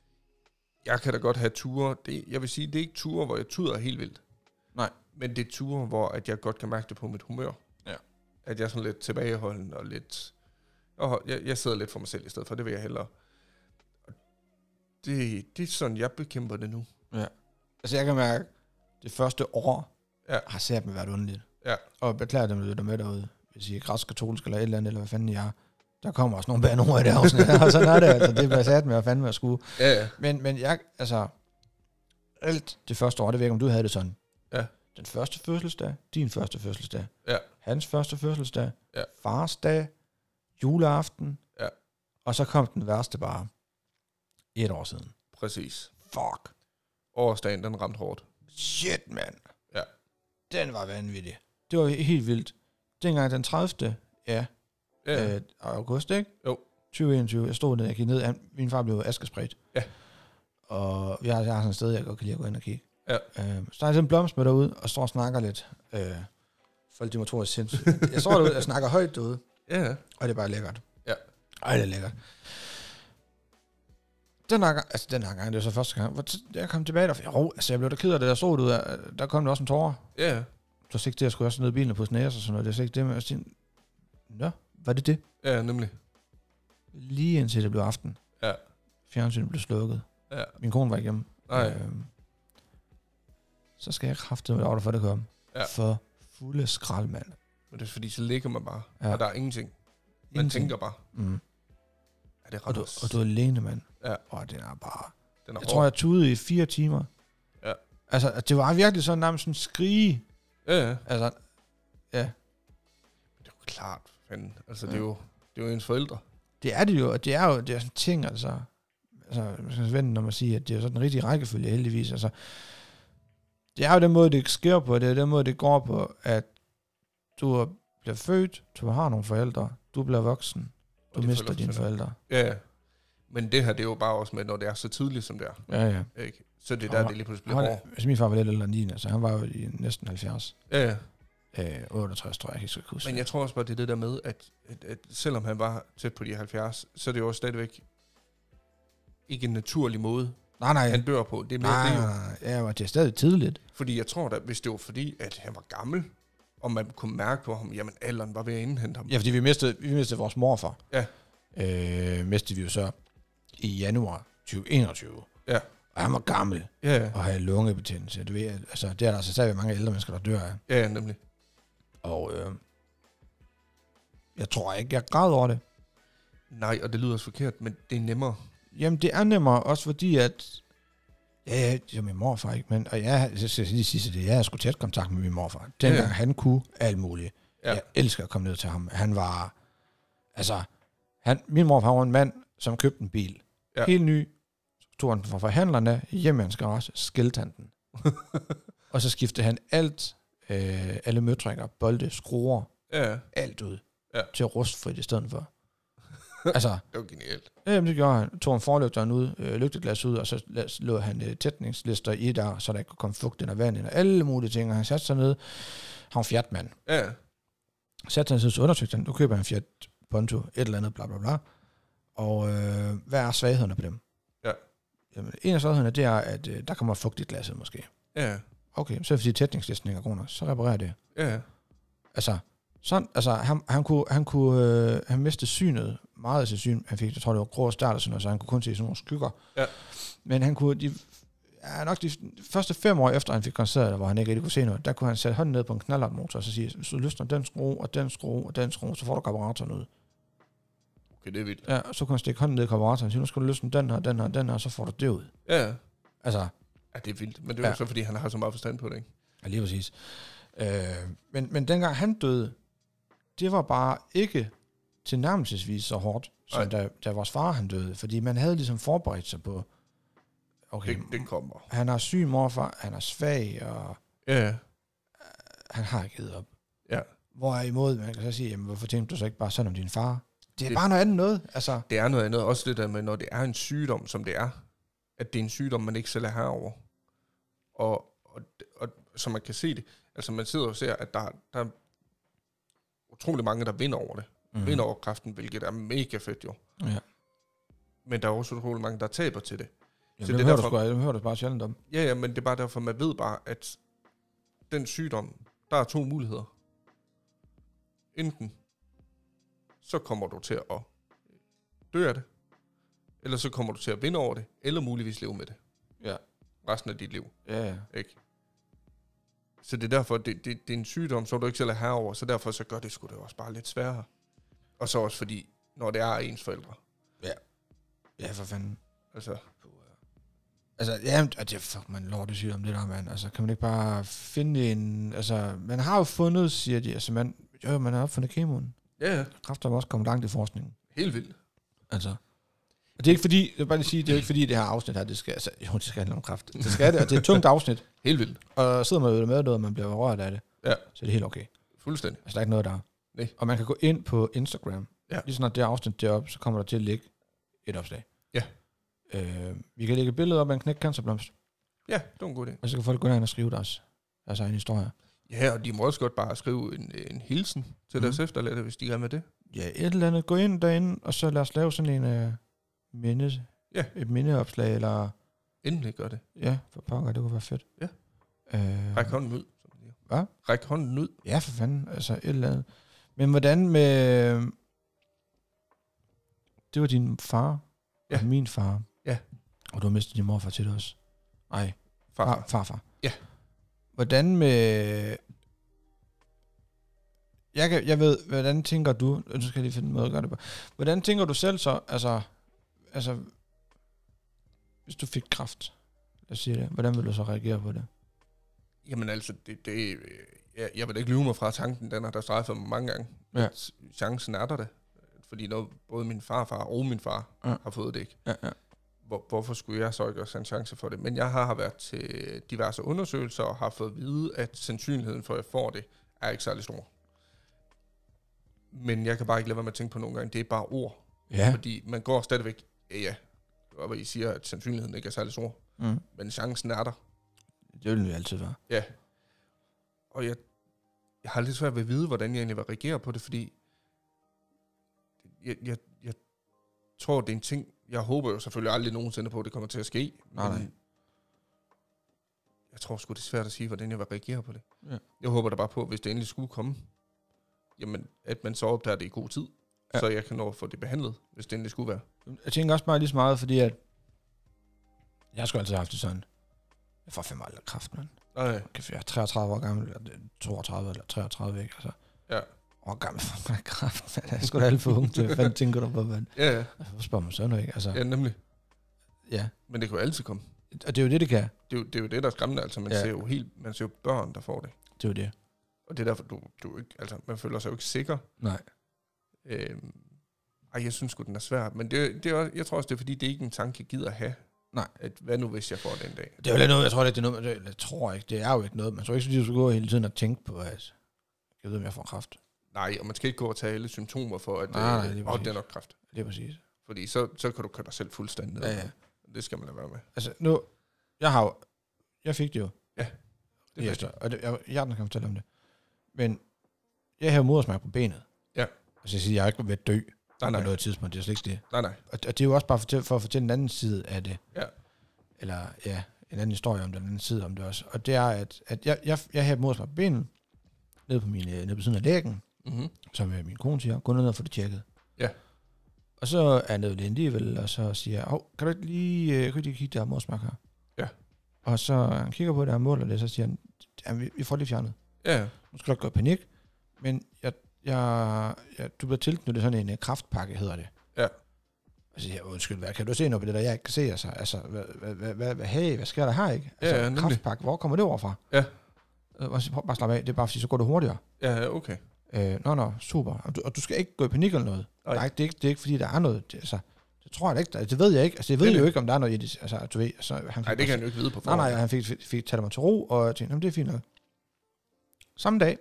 jeg kan da godt have ture, det, jeg vil sige, det er ikke ture, hvor jeg tuder helt vildt.
Nej.
Men det er ture, hvor at jeg godt kan mærke det på mit humør.
Ja.
At jeg er sådan lidt tilbageholden og lidt, og jeg, jeg sidder lidt for mig selv i stedet for, det vil jeg hellere. Det, det er sådan, jeg bekæmper det nu.
Ja. Altså jeg kan mærke, det første år
ja.
har sæt mig været underligt.
Ja.
Og beklager dem, der er med derude. Hvis I er græsk, katolsk eller et eller andet, eller hvad fanden I er. Der kommer også nogle banord i det afsnit, og sådan er det, altså, det bliver sat med at fandme at skue.
Ja, ja.
Men, men jeg, altså, alt det første år, det ved jeg, om du havde det sådan.
Ja.
Den første fødselsdag, din første fødselsdag,
ja.
hans første fødselsdag,
ja.
fars dag, juleaften,
ja.
og så kom den værste bare et år siden.
Præcis.
Fuck.
Årsdagen, den ramte hårdt.
Shit, mand.
Ja.
Den var vanvittig. Det var helt vildt. Dengang den tredivte ja,
ja.
Øh, august, ikke?
Jo.
tyve enogtyve, jeg stod der, jeg gik ned, han, min far blev askespredt.
Ja.
Og jeg, jeg har sådan et sted, jeg godt kan lide at gå ind og kigge.
Ja.
Øh, så der er sådan en blomst med derude, og står og snakker lidt. Øh, folk, de må tro, jeg er sindssygt. Jeg står derude, jeg snakker højt derude.
Ja. Og
det er bare lækkert.
Ja.
Ej, det er lækkert. Den her gang, altså den her gang, det var så første gang, hvor jeg kom tilbage der, jo, altså jeg blev da ked af det, der så du der, der kom der også en tårer.
Ja.
Det var ikke det, jeg skulle også ned i bilen og på næse og sådan noget, det var ikke det, men jeg tænkte, nå, var det det?
Ja, nemlig.
Lige indtil det blev aften.
Ja.
Fjernsynet blev slukket.
Ja.
Min kone var ikke hjemme.
Nej.
Øhm, så skal jeg kraftedeme med det for det kom.
Ja.
For fulde skrald, mand.
Men det er fordi, så ligger man bare,
ja.
og der er ingenting. Man
ingenting.
tænker bare.
Mm.
Er det
og, du, og du er alene, mand.
Ja.
Og den er bare...
Den er
jeg hård. tror, jeg tudede i fire timer.
Ja.
Altså, det var virkelig sådan nærmest sådan skrige.
Ja, ja.
Altså, ja.
Det er jo klart, fanden. Altså, ja. det, er jo, det er jo ens forældre.
Det er det jo, og det er jo det er sådan ting, altså... Altså, man skal vente, når man siger, at det er sådan en rigtig rækkefølge, heldigvis. Altså, det er jo den måde, det sker på, det er den måde, det går på, at du bliver født, du har nogle forældre, du bliver voksen, du mister dine forældre.
Ja, ja. Men det her, det er jo bare også med, når det er så tidligt, som det er.
Ja, ja.
Ikke? Så det er der,
var,
det lige pludselig bliver hårdt.
Altså, min far var lidt ældre end din, altså han var jo i næsten halvfjerds.
Ja, ja.
Øh, otteogtres, tror jeg, jeg ikke skal huske.
Men jeg tror også bare, det er det der med, at, at, at selvom han var tæt på de halvfjerds, så er det jo også stadigvæk ikke en naturlig måde,
nej, nej.
han dør på. Det er mere
nej,
det jo.
Nej, nej, ja, det er stadig tidligt.
Fordi jeg tror da, hvis det var fordi, at han var gammel, Og man kunne mærke på ham, jamen alderen var ved at indhente ham.
Ja, fordi vi mistede, vi mistede vores morfar.
Ja.
Øh, mistede vi jo så i januar tyve enogtyve.
Ja.
Og han var gammel.
Ja, ja.
Og havde lungebetændelse. Du ved, altså, det er der altså stadigvæk mange ældre mennesker, der dør af.
Ja, ja, nemlig.
Og øh, jeg tror ikke, jeg græd over det.
Nej, og det lyder også forkert, men det er nemmere.
Jamen, det er nemmere, også fordi, at ja, ja, det er min morfar, ikke? Men, og jeg, jeg skal lige sige det, jeg havde sgu tæt kontakt med min morfar. Dengang ja, ja. han kunne alt muligt. Ja. Jeg elsker at komme ned til ham. Han var, altså, han, min morfar var en mand, som købte en bil. Ja. Helt ny. Så tog han fra forhandlerne hjemme i hans garage, skilte han den. Og så skiftede han alt, øh, alle møtrikker, bolde, skruer, ja. alt ud ja. til rustfrit i stedet for. Altså,
det var genialt.
Jamen, det gjorde han. Tog en forlygteren ud, øh, lygteglas ud, og så lå han øh, tætningslister i der, så der ikke kunne komme fugt ind og vand ind, og alle mulige ting. Og han satte sig ned. Han var Fiat-mand. Ja. Satte han sig så undersøgte han, nu køber han Fiat Punto, et eller andet, bla bla bla. Og øh, hvad er svaghederne på dem? Ja. Jamen, en af svaghederne, det er, at øh, der kommer fugt i glasset måske. Ja. Okay, så er det fordi tætningslisten ikke er god nok, så reparerer det. Ja. Altså, sådan, altså han, han kunne, han kunne øh, han mistede synet, meget af sit syn, han fik, jeg tror det var grå start og sådan noget, så han kunne kun se sådan nogle skygger. Ja. Men han kunne, de, ja, nok de første fem år efter han fik konstateret, hvor han ikke rigtig kunne se noget, der kunne han sætte hånden ned på en knallertmotor, og så sige, hvis du løsner den skrue, og den skrue, og den skrue, så får du karburatoren ud.
Okay, det er vildt.
Ja, og så kunne han stikke hånden ned i karburatoren, og sige, nu skal du løsne den her, den her, den her, og så får du det ud. Ja. Altså.
Ja, det er vildt, men det er jo ja. så, fordi han har så meget forstand på det, ikke?
Ja, lige præcis. Øh, men, men dengang han døde, det var bare ikke tilnærmelsesvis så hårdt, som da, da vores far han døde, fordi man havde ligesom forberedt sig på, okay,
det, det kommer.
Han har syg morfar, han er svag, og ja. han har ikke givet op. Ja. Hvorimod, man kan så sige, jamen, hvorfor tænkte du så ikke bare sådan om din far? Det er det, bare noget andet noget. Altså.
Det er noget andet, også det der med, når det er en sygdom, som det er, at det er en sygdom, man ikke selv er herover. Og, og, og så man kan se det, altså man sidder og ser, at der, der er utrolig mange, der vinder over det. Mm. Vinder over kræften, hvilket er mega fedt jo. Ja. Men der er også utrolig mange, der taber til det.
Ja, så det, det hører derfor, du sgu, hører du bare sjældent om.
Ja, ja, men det er bare derfor, man ved bare, at den sygdom, der er to muligheder. Enten så kommer du til at dø af det, eller så kommer du til at vinde over det, eller muligvis leve med det. Ja. Resten af dit liv.
Ja, ja.
Ikke? Så det er derfor, det, det, det er en sygdom, så du ikke selv er herover, så derfor så gør det sgu det også bare lidt sværere. Og så også fordi, når det er ens forældre.
Ja. Ja, for fanden.
Altså.
Altså, ja, det fuck, man lort det sygdom, det der, mand. Altså, kan man ikke bare finde en, altså, man har jo fundet, siger de, altså, man, jo, man har opfundet kemoen.
Ja, ja.
Kræfter har også kommet langt i forskningen.
Helt vildt.
Altså. Og det er ikke fordi, jeg vil bare lige sige, det er ikke fordi, det her afsnit her, det skal, altså, jo, det skal handle om kræft. Det skal det, og det er et tungt afsnit.
Helt vildt.
Og sidder man med med noget, og man bliver rørt af det,
ja.
så er det helt okay.
Fuldstændig.
Altså, der er ikke noget der.
Nej.
Og man kan gå ind på Instagram.
Ja.
Lige snart det afsnit deroppe, så kommer der til at ligge et opslag.
Ja.
Øh, vi kan lægge et billede op af en knæk cancerblomst.
Ja, det er en god idé.
Og så kan folk gå ind og skrive deres, deres egen historie.
Ja, og de må også godt bare skrive en, en hilsen til mm. deres efterladte, hvis de gerne vil det.
Ja, et eller andet. Gå ind derinde, og så lad os lave sådan en uh, minde,
ja.
et mindeopslag, eller...
Endelig gør det.
Ja, for pokker, det kunne være fedt.
Ja.
Øh,
Ræk hånden ud.
Hvad?
Ræk hånden ud.
Ja, for fanden. Altså, et eller andet. Men hvordan med... Det var din far,
ja.
og min far.
Ja.
Og du har mistet din morfar til det også. Nej,
farfar.
Far, farfar.
Ja.
Hvordan med... Jeg, kan, jeg ved, hvordan tænker du... Nu skal jeg lige finde en måde at gøre det på. Hvordan tænker du selv så, altså... Altså... Hvis du fik kræft, lad os sige det, hvordan vil du så reagere på det?
Jamen altså, det, det, jeg, jeg vil ikke lyve mig fra tanken, den har der strejfet mig mange gange.
Ja.
Chancen er der det. Fordi når både min farfar og min far ja. har fået det ikke.
Ja, ja.
Hvor, hvorfor skulle jeg så ikke også have en chance for det? Men jeg har været til diverse undersøgelser og har fået at vide, at sandsynligheden for, at jeg får det, er ikke særlig stor. Men jeg kan bare ikke lade være med at tænke på nogle gange, det er bare ord.
Ja.
Fordi man går stadigvæk, ja, og I siger, at sandsynligheden ikke er særlig stor.
Mm.
Men chancen er der.
Det vil det altid være.
Ja. Og jeg, jeg har lidt svært ved at vide, hvordan jeg egentlig vil reagere på det, fordi jeg, jeg, jeg tror, det er en ting, jeg håber jo selvfølgelig aldrig nogensinde på, at det kommer til at ske.
Nej, nej.
jeg tror sgu, det er svært at sige, hvordan jeg vil reagere på det.
Ja.
Jeg håber da bare på, hvis det endelig skulle komme, jamen, at man så opdager det i god tid, ja. Så jeg kan nå at få det behandlet, hvis det endelig skulle være.
Jeg tænker også bare lige så meget, fordi at jeg har sgu altid haft det sådan. Jeg får fem aldrig kræft, mand.
Nej.
Jeg er treogtredive år gammel, eller toogtredive eller treogtredive, ikke? Altså,
ja.
År gammel for mig kræft, mand. Jeg er sgu da alt for ung til. Hvad tænker du på, mand?
Ja, ja.
Hvorfor spørger man sådan noget, ikke? Altså,
ja, nemlig.
Ja.
Men det kan jo altid komme.
Og det er jo det, det kan.
Det er jo det, er jo det der er skræmmende, altså. Man, ja. ser jo helt, man ser jo børn, der får det.
Det er jo det.
Og det er derfor, du, du ikke, altså, man føler sig jo ikke sikker.
Nej.
Øhm, ej, jeg synes sgu, den er svær. Men det, det er også, jeg tror også, det er fordi, det er ikke en tanke, jeg gider have.
Nej.
At, hvad nu, hvis jeg får den dag?
Det er jo lidt noget, jeg tror ikke, det er noget, jeg tror ikke, det er jo ikke noget. Man tror ikke, at du skal gå hele tiden og tænke på, at jeg ved, om jeg får kræft.
Nej, og man skal ikke gå og tage alle symptomer for, at
nej, nej, det,
øh, åh, det er nok kræft.
Det er præcis.
Fordi så, så kan du køre dig selv fuldstændig ned.
Ja, ja.
Det skal man lade være med.
Altså, nu, jeg har jo, jeg fik det jo.
Ja, det
er efter, og det, jeg, jeg kan fortælle om det. Men jeg havde modersmærke på benet.
Ja.
Altså, jeg siger, jeg har ikke ved at dø.
Nej, nej.
På noget tidspunkt, det er slet ikke det.
Nej, nej.
Og, og det er jo også bare for, for at fortælle en anden side af det.
Ja.
Eller, ja, en anden historie om den anden side om det også. Og det er, at, at jeg, jeg, jeg havde modersmærke på benet, nede på, mine, nede på siden af lægen,
mm-hmm.
som min kone siger, gå ned og få det tjekket.
Ja. Og
så er jeg nede ved det alligevel, og så siger jeg, kan du ikke lige, kan du ikke kigge der modersmærke her?
Ja.
Og så han kigger på det og måler det, så siger han, ja, vi, vi får det fjernet.
Ja.
Nu skal du ikke gå i panik, men jeg, jeg, jeg, du bliver tilknyttet sådan en kraftpakke, hedder det.
Ja.
Og så siger jeg, undskyld, hvad, kan du se noget på det der, jeg ikke kan se? Altså, altså hvad, hvad, hvad, hvad, hey, hvad sker der her, ikke? Altså,
ja, ja,
kraftpakke, hvor kommer det over fra?
Ja.
Og så bare slappe af, det er bare fordi, så går det hurtigere.
Ja, okay.
Øh, nå, nå, super. Og du, og du skal ikke gå i panik eller noget. Nej, det er, ikke, det er ikke, fordi der er noget. Det, altså, det tror jeg ikke. Det ved jeg ikke. Altså, jeg ved det, jo ikke, om der er noget i det. Altså, du ved, altså, han
nej, det kan han jo ikke vide på forhånd.
Nej, nej, han fik, fik, fik taget mig til ro, og jeg tænkte, jamen, det er fint nok. Samme dag,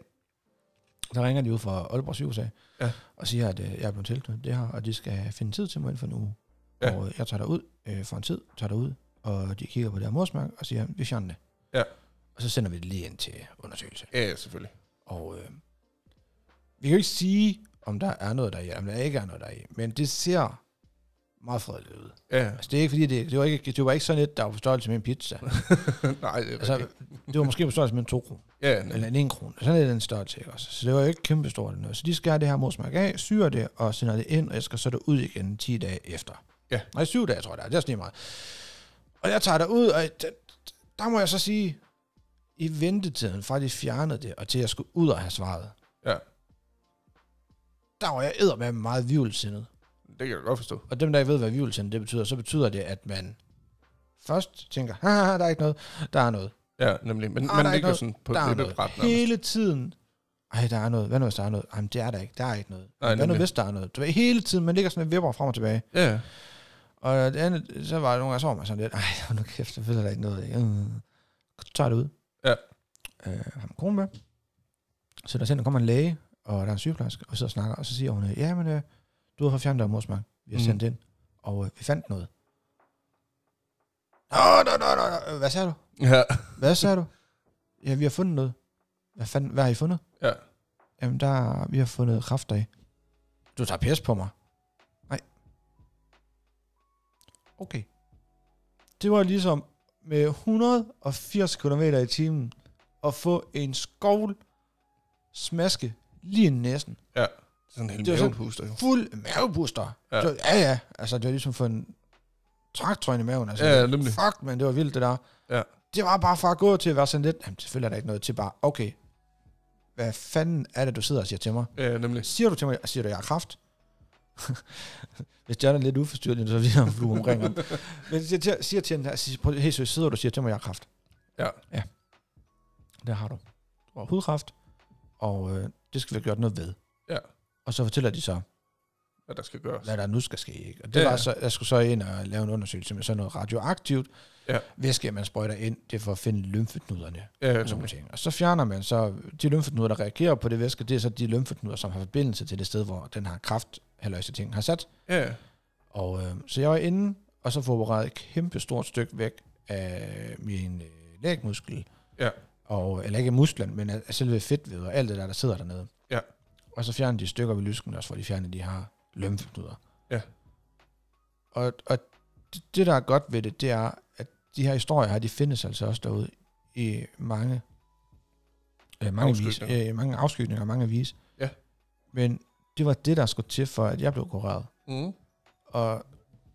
der ringer de ud fra Aalborg sygehus af,
ja.
og siger, at øh, jeg er blevet tilknyttet det her, og de skal finde tid til mig inden for en uge. Ja. Og jeg tager derud øh, for en tid, tager derud, og de kigger på det her modersmærke, og siger, vi fjerner det.
Ja.
Og så sender vi det lige ind til undersøgelse.
Ja, ja, selvfølgelig.
Og øh, vi kan jo ikke sige, om der er noget der i, om der ikke er noget der i, men det ser meget fredeligt ud.
Ja.
Altså, det er ikke fordi, det, det, var ikke, det var ikke sådan et, der var på størrelse med en pizza.
Nej, det er
altså, det var måske på størrelse med en to kroner.
Ja,
eller en en krone. Sådan er den størrelse, ikke også? Så det var jo ikke kæmpe stort noget. Så de skærer det her modersmærke af, syrer det, og sender det ind, og jeg skal så det ud igen ti dage efter.
Ja. Nej,
syv dage, tror jeg, det er. Det er sådan lige meget. Og jeg tager det ud, og der, der må jeg så sige, i ventetiden, fra de fjernede det, og til jeg skulle ud og have svaret,
ja. Der
var jeg eddermame meget vivlsindet.
Det kan jeg godt forstå.
Og dem, der ikke ved, hvad vivlsindet det betyder, så betyder det, at man først tænker, haha, der er ikke noget, der er noget.
Ja, nemlig. Men man ligger sådan på
klippebræt hele tiden. Ej, der er noget. Hvad nu, hvis der er noget? Jamen, det er der ikke. Der er ikke noget. Nej, hvad nu, hvis der er noget? Du ved, hele tiden, man ligger sådan en vipper frem og tilbage.
Ja.
Og det andet, så var der nogle gange, så var man sådan lidt, ej, nu kæft, jeg føler der ikke noget. Øh. Så tager det ud.
Ja.
Øh, har man kone med. Så der, der kommer en læge, og der er en sygeplejerske, og så snakker, og så siger hun, ja, men øh, du har fået fjernet dig modersmærke. Vi har sendt mm. ind, og øh, vi fandt noget. Nå, nå, nå, nå, hvad sagde du?
Ja.
Hvad sagde du? Ja, vi har fundet noget. Hvad fanden, hvad har I fundet?
Ja.
Jamen, der, vi har fundet kræft af. Du tager pis på mig. Nej. Okay. Det var ligesom med et hundrede og firs kilometer i timen at få en skovl smaske lige i næsen.
Ja. Sådan en hel mavepuster.
Fuld mavepuster. Ja. Så, ja, ja. Altså, det var ligesom for en traktrøjen i maven. Altså,
ja, nemlig.
Fuck, man, det var vildt, det der.
Ja.
Det var bare fra at gå til at være sådan lidt, jamen, selvfølgelig er der ikke noget til bare, okay, hvad fanden er det, du sidder og siger til mig?
Ja, nemlig.
Siger du til mig, siger du, jeg har kræft? Hvis jeg er lidt uforstyrret, så bliver han flue ringer. Men jeg siger, siger til hende, hey, så sidder du og siger til mig, jeg har kræft?
Ja.
Ja. Det har du. Du har hudkræft, og øh, det skal vi have gjort noget ved.
Ja.
Og så fortæller de så,
hvad der skal gøres.
Hvad der nu skal ske. Ikke? Og det ja, var så, jeg skulle så ind og lave en undersøgelse med sådan noget radioaktivt
ja.
væske, man sprøjter ind, det er for at finde lymfeknuderne.
Ja,
og, sådan ting. Og så fjerner man så, de lymfeknuder, der reagerer på det væske, det er så de lymfeknuder, som har forbindelse til det sted, hvor den her kraft, halvøjse ting, har sat.
Ja.
Og øh, så jeg var inde, og så får opereret et kæmpe stort stykke væk af min øh, lægmuskel.
Ja.
Og, eller ikke musklen, men af, af selve fedtvæv og alt det der, der sidder dernede.
Ja.
Og så fjerner de stykker ved lysken også, hvor de fjerner de her lymfeknuder.
Ja.
Og, og det, det, der er godt ved det, det er, at de her historier her, de findes altså også derude i mange, øh, mange, vis,
Afskygninger.
øh, mange afskygninger, mange vis.
Ja.
Men det var det, der skulle til for, at jeg blev kureret.
Mm.
Og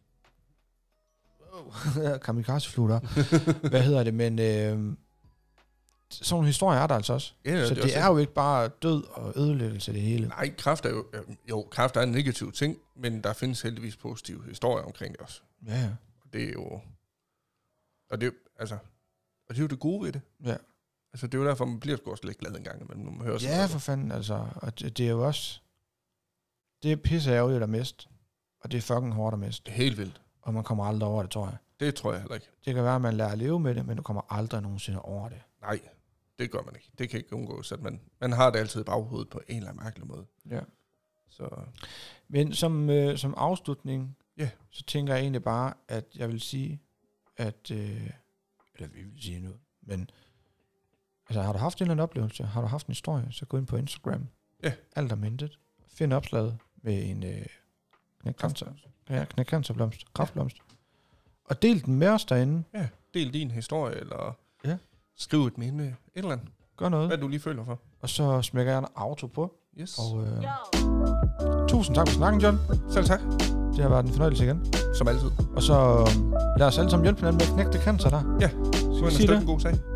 kamikaze-fly der. Hvad hedder det? Men øh, sådan nogle historier er der altså også.
Ja,
så
det,
det er, er jo ikke bare død og ødelæggelse det hele.
Nej, kræft er jo... Jo, kræft er en negativ ting, men der findes heldigvis positive historier omkring det også.
Ja, ja.
Det er jo... Og det er, altså, og det er jo det gode ved det.
Ja.
Altså, det er jo derfor, man bliver sgu også lidt glad en gang imellem, når man hører sådan
Ja,
noget.
for fanden, altså. Og det, det er jo også... Det er pisse ærgerligt at miste. Og det er fucking hårdt at miste.
Det er helt vildt.
Og man kommer aldrig over det, tror jeg.
Det tror jeg heller ikke.
Det kan være, at man lærer at leve med det, men du kommer aldrig nogensinde over det.
Nej, det gør man ikke. Det kan ikke undgås, at man, man har det altid i baghovedet på en eller anden mærkelig måde.
Ja.
Så
Men som, øh, som afslutning,
Ja.
så tænker jeg egentlig bare, at jeg vil sige, at... Øh, eller vi vil sige nu, men... Altså, har du haft en eller anden oplevelse? Har du haft en historie? Så gå ind på Instagram.
Ja.
Alt om intet. Find opslaget med en øh, knækcancer. Ja, knækcancerblomst. Kræftblomst. Og del den med os derinde.
ja, del din historie, eller
Ja.
skriv et minde, et eller andet.
Gør noget.
Hvad du lige føler for.
Og så smækker jeg en auto på.
Yes.
Og øh, tusind tak for snakken, John.
Selv tak.
Det har været en fornøjelse igen.
Som altid.
Og så øh, lad os alle sammen hjælpe hinanden med at knække det cancer der.
Ja,
Skal
så
vi
er
sige
det
det?
en god sag.